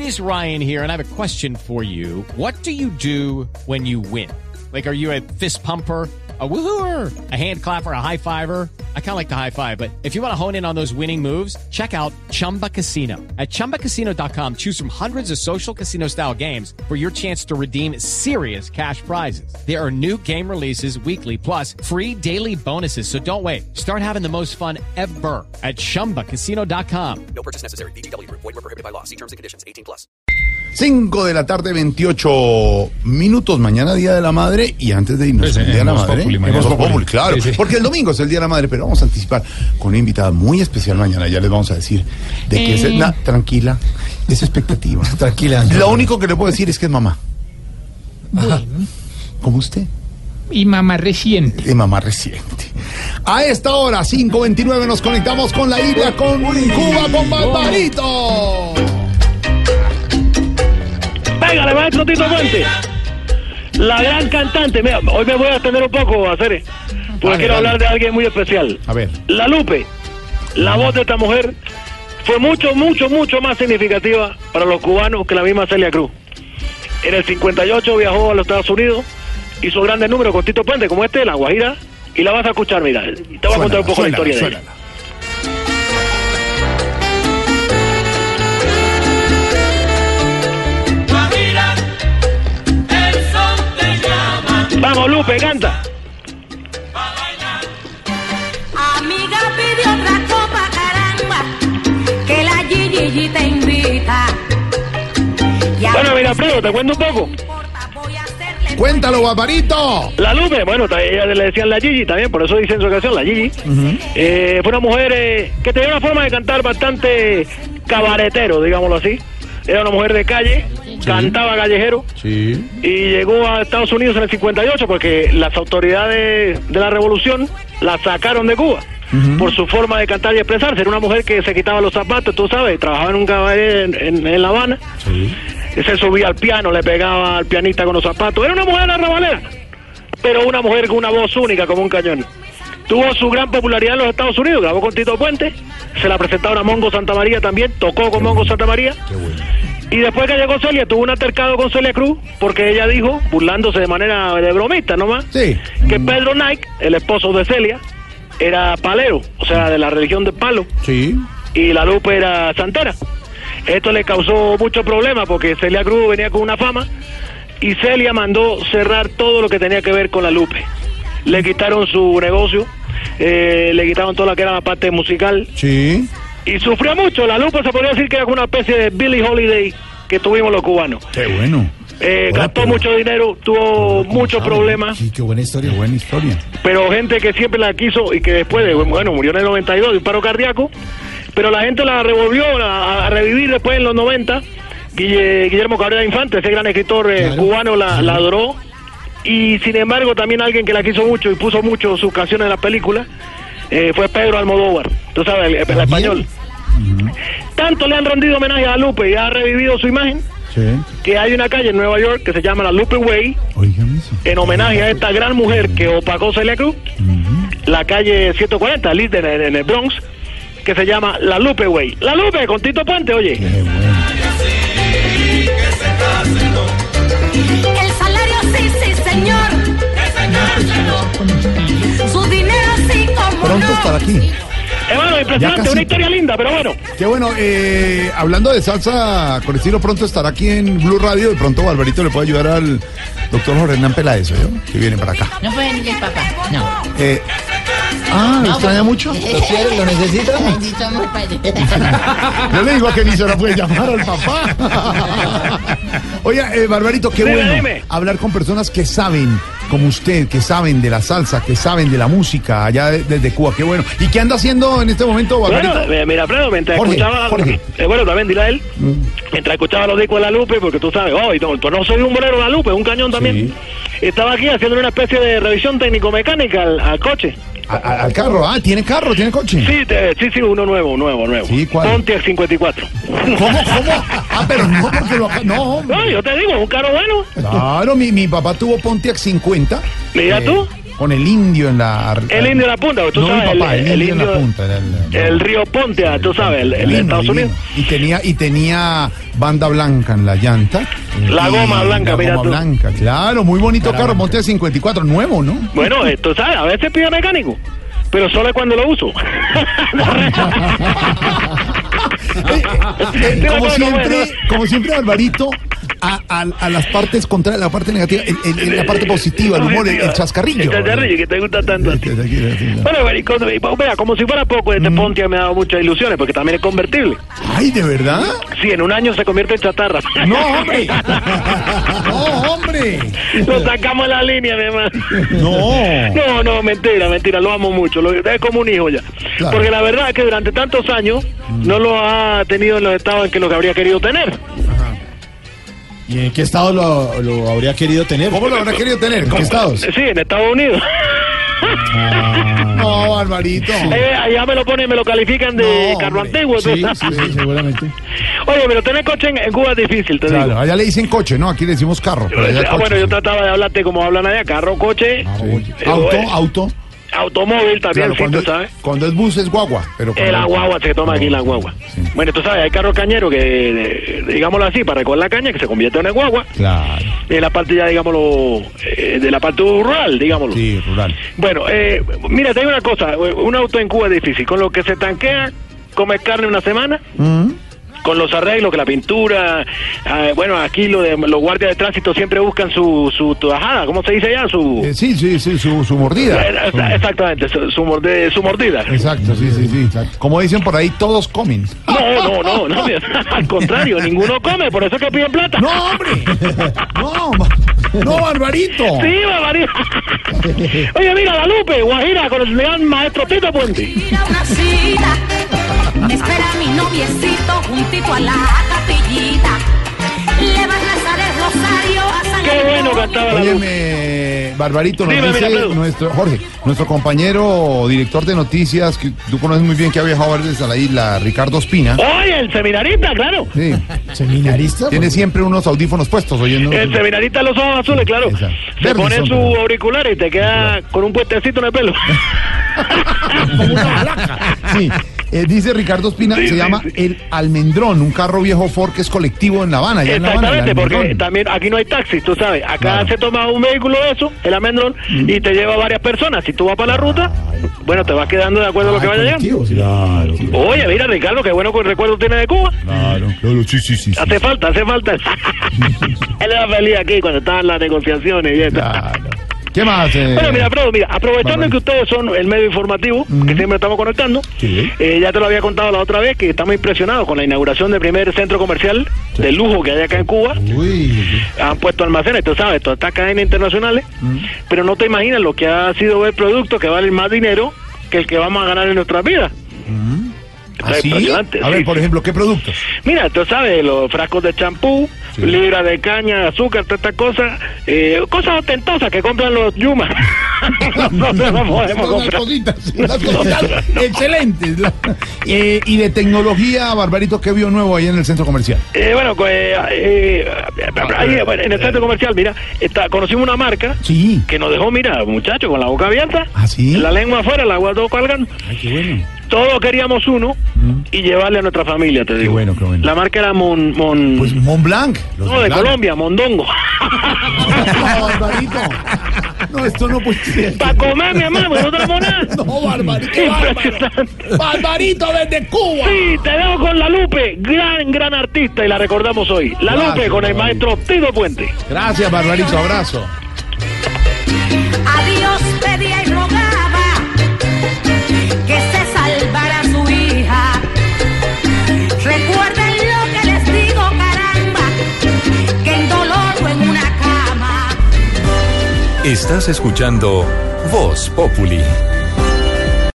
is Ryan here, and I have a question for you. What do you do when you win? Like, are you a fist pumper, a woohooer, a hand clapper, a high fiver? I kind of like the high five, but if you want to hone in on those winning moves, check out Chumba Casino. At ChumbaCasino.com, choose from hundreds of social casino-style games for your chance to redeem serious cash prizes. There are new game releases weekly, plus free daily bonuses. So don't wait. Start having the most fun ever at ChumbaCasino.com. No purchase necessary. VGW Group. Void where prohibited by law. See terms and conditions. 18+. 5 de la tarde, 28 minutos. Mañana Día de la Madre, y antes de irnos al Día de la Madre, Voz Populi, claro, sí. Porque el domingo es el Día de la Madre, pero vamos a anticipar con una invitada muy especial mañana. Ya les vamos a decir de qué es. Tranquila, es expectativa. Tranquila. Lo único que le puedo decir es que es mamá. Bueno. ¿Como usted? Y mamá reciente. Y mamá reciente. A esta hora, 5:29, nos conectamos con la isla, con Cuba, con Barbarito. Pégale, maestro Tito Puente. La gran cantante. Mira, hoy me voy a extender un poco, Aceres, porque quiero hablar de alguien muy especial. A ver. La Lupe, la voz de esta mujer, fue mucho más significativa para los cubanos que la misma Celia Cruz. En el 58 viajó a los Estados Unidos, hizo grandes números con Tito Puente, como este, La Guajira, y la vas a escuchar, mira. Te voy a contar un poco la historia de ella. Vamos, Lupe, canta. Amiga, pide otra copa, caramba, que la Gigi te invita. Bueno, mira, Alfredo, te cuento un poco. Cuéntalo, Barbarito. La Lupe, bueno, ella le decían la Gigi también, por eso dicen su canción, la Gigi. Fue una mujer que tenía una forma de cantar bastante cabaretero, digámoslo así. Era una mujer de calle, cantaba callejero, y llegó a Estados Unidos en el 58 porque las autoridades de la revolución la sacaron de Cuba por su forma de cantar y expresarse. Era una mujer que se quitaba los zapatos, tú sabes, trabajaba en un cabaret en La Habana, se subía al piano, le pegaba al pianista con los zapatos. Era una mujer arrabalera, pero una mujer con una voz única como un cañón. Tuvo su gran popularidad en los Estados Unidos, grabó con Tito Puente, se la presentaron a Mongo Santamaría también, tocó con Mongo Santamaría. Y después que llegó Celia, tuvo un altercado con Celia Cruz, porque ella dijo, burlándose de manera de bromista nomás, que Pedro Knight, el esposo de Celia, era palero, o sea, de la religión del palo, y la Lupe era santera. Esto le causó mucho problema, porque Celia Cruz venía con una fama, y Celia mandó cerrar todo lo que tenía que ver con la Lupe. Le quitaron su negocio, le quitaron toda la que era la parte musical. Y sufrió mucho. La Lupe se podría decir que era una especie de Billie Holiday que tuvimos los cubanos. Qué bueno. Gastó mucho dinero, tuvo muchos problemas. Sí, qué buena historia. Pero gente que siempre la quiso y que después, murió en el 92 de un paro cardíaco. Pero la gente la revolvió a revivir después en los 90. Guillermo Cabrera Infante, ese gran escritor cubano, la adoró. Y sin embargo también alguien que la quiso mucho y puso mucho sus canciones en la película fue Pedro Almodóvar, tú sabes, el español. Tanto le han rendido homenaje a Lupe y ha revivido su imagen, que hay una calle en Nueva York que se llama la Lupe Way, en homenaje a esta gran mujer que opacó Celia Cruz, la calle 140, en el Bronx, que se llama la Lupe Way. La Lupe con Tito Puente, oye. El salario sí, señor. Su dinero sí, como Pronto estará aquí. Bueno, impresionante, una historia linda, pero bueno. Qué bueno, hablando de salsa con estilo, pronto estará aquí en Blue Radio. De pronto Barbarito le puede ayudar al doctor Jorge Hernán Peláez, ¿yo? Que viene para acá. No puede venir el papá, no. ¿Lo extraña mucho? ¿Lo necesita? Necesito muy padre. Yo le digo a que ni se la puede llamar al papá. Oye, Barbarito, qué bueno hablar con personas que saben, como usted, que saben de la salsa, que saben de la música allá desde Cuba. Qué bueno. ¿Y qué anda haciendo en este momento, Barbarito? Bueno, mira, Alfredo, mientras escuchaba... Jorge. Bueno, también dile a él. Mientras escuchaba los discos de la Lupe, porque tú sabes, pues no soy un bolero de la Lupe, un cañón también. Estaba aquí haciendo una especie de revisión técnico-mecánica al coche. Al carro, tiene carro, tiene coche. Sí, uno nuevo. Sí, ¿cuál? Pontiac 54. ¿Cómo? Pero no, porque no, yo te digo, es un carro bueno. Claro, mi papá tuvo Pontiac 50. Mira tú. con el indio en la... El indio en la punta, tú no, sabes, mi papá, el indio en la punta. El río Pontia, tú sabes, el de Estados Unidos. Y tenía banda blanca en la llanta. La goma blanca, mira tú. Blanca, claro, muy bonito carro, Monte 54, nuevo, ¿no? Bueno, tú sabes, a veces pide mecánico, pero solo es cuando lo uso. Como siempre, Barbarito, a las partes contrarias, la parte negativa, la parte positiva, el humor, el chascarrillo. El chascarrillo que te gusta tanto a ti. Bueno, vea, como si fuera poco, este Pontiac me ha dado muchas ilusiones, porque también es convertible. Ay, ¿de verdad? Sí, en un año se convierte en chatarra. ¡No, hombre! ¡No, hombre! Lo sacamos de la línea, mi hermano. No, mentira, lo amo mucho, es como un hijo ya. Claro. Porque la verdad es que durante tantos años no lo ha tenido en los estados en que lo que habría querido tener. Ajá. ¿Y en qué estado lo habría querido tener? ¿Cómo lo habría querido tener? ¿En qué estados? Sí, en Estados Unidos. No, Barbarito. Allá me lo ponen, me lo califican de carro antiguo. Sí, seguramente. Oye, pero tener coche en Cuba es difícil, te digo. Allá le dicen coche, ¿no? Aquí le decimos carro. Pero allá coche, bueno, yo trataba de hablarte como hablan allá, carro, coche. Auto. Automóvil también, claro, cuando, tú sabes. Cuando es bus es guagua. Pero la guagua se toma aquí, la guagua. Sí. Bueno, tú sabes, hay carros cañeros que, digámoslo así, para recoger la caña, que se convierte en guagua. Claro. En la parte ya, digámoslo, de la parte rural, digámoslo. Sí, rural. Bueno, mira, te digo una cosa, un auto en Cuba es difícil. Con lo que se tanquea, comes carne una semana. Con los arreglos, que la pintura, bueno, aquí los guardias de tránsito siempre buscan su tajada, ¿cómo se dice allá? Su mordida. Exactamente, su mordida. Exacto, sí. Como dicen por ahí, todos comen. No, al contrario, ninguno come, por eso es que piden plata. ¡No, hombre! ¡No, Barbarito! Sí, Barbarito. Oye, mira, la Lupe, Guajira, con el gran maestro Tito Puente. Espera a mi noviecito juntito a la capillita. Le van a rezar el rosario a San Qué bueno cantaba la Lupe. Óyeme, Barbarito, nos Dime, dice nuestro compañero director de noticias, que tú conoces muy bien, que ha viajado varias veces a la isla, Ricardo Ospina. Oye, el seminarista, claro. Sí. ¿Seminarista? Tiene siempre unos audífonos puestos oyendo. El seminarista de los ojos azules, claro. Exacto. Se pone su auricular y te queda con un puentecito en el pelo. Como una balaca. Sí. Dice Ricardo Ospina, se llama El Almendrón, un carro viejo Ford que es colectivo en La Habana. Exactamente, porque también aquí no hay taxis, tú sabes. Acá se toma un vehículo de eso, el Almendrón, y te lleva varias personas. Si tú vas para la ruta, bueno, te vas quedando de acuerdo a lo que vaya llegando. Claro. Oye, mira, Ricardo, qué bueno recuerdo tienes de Cuba. Claro, sí. Hace falta. Él era feliz aquí cuando estaban las negociaciones y eso. Claro. ¿Qué más? Bueno, mira, aprovechando que ustedes son el medio informativo, que siempre estamos conectando, ya te lo había contado la otra vez, que estamos impresionados con la inauguración del primer centro comercial de lujo que hay acá en Cuba. Han puesto almacenes, tú sabes, todas estas cadenas internacionales, pero no te imaginas lo que ha sido ver productos que valen más dinero que el que vamos a ganar en nuestras vidas. ¿Sí? A ver, por ejemplo, ¿qué productos? Mira, tú sabes, los frascos de champú, libras de caña, de azúcar, todas estas cosas, cosas ostentosas que compran los Yuma. Nosotros no podemos comprar. Unas cositas excelentes. Y de tecnología, Barbarito, ¿qué vio nuevo ahí en el centro comercial? Ahí, en el centro comercial, mira, conocimos una marca que nos dejó, mira, muchachos, con la boca abierta, la lengua afuera, la agua todo colgando. Ay, qué bueno. Todos queríamos uno y llevarle a nuestra familia, te digo. Qué bueno. La marca era Pues Montblanc. No, de Colombia, Mondongo. No, Barbarito. No, esto no puede ser. Para comer, mi hermano, porque no tenemos nada. No, Barbarito. Barbarito desde Cuba. Sí, te dejo con la Lupe, gran artista, y la recordamos hoy. La Lupe con el maestro Tito Puente. Gracias, Barbarito, abrazo. A Dios pedía y rogaba que se salvara su hija. Recuerden lo que les digo, caramba, que en dolor o en una cama. Estás escuchando Voz Populi.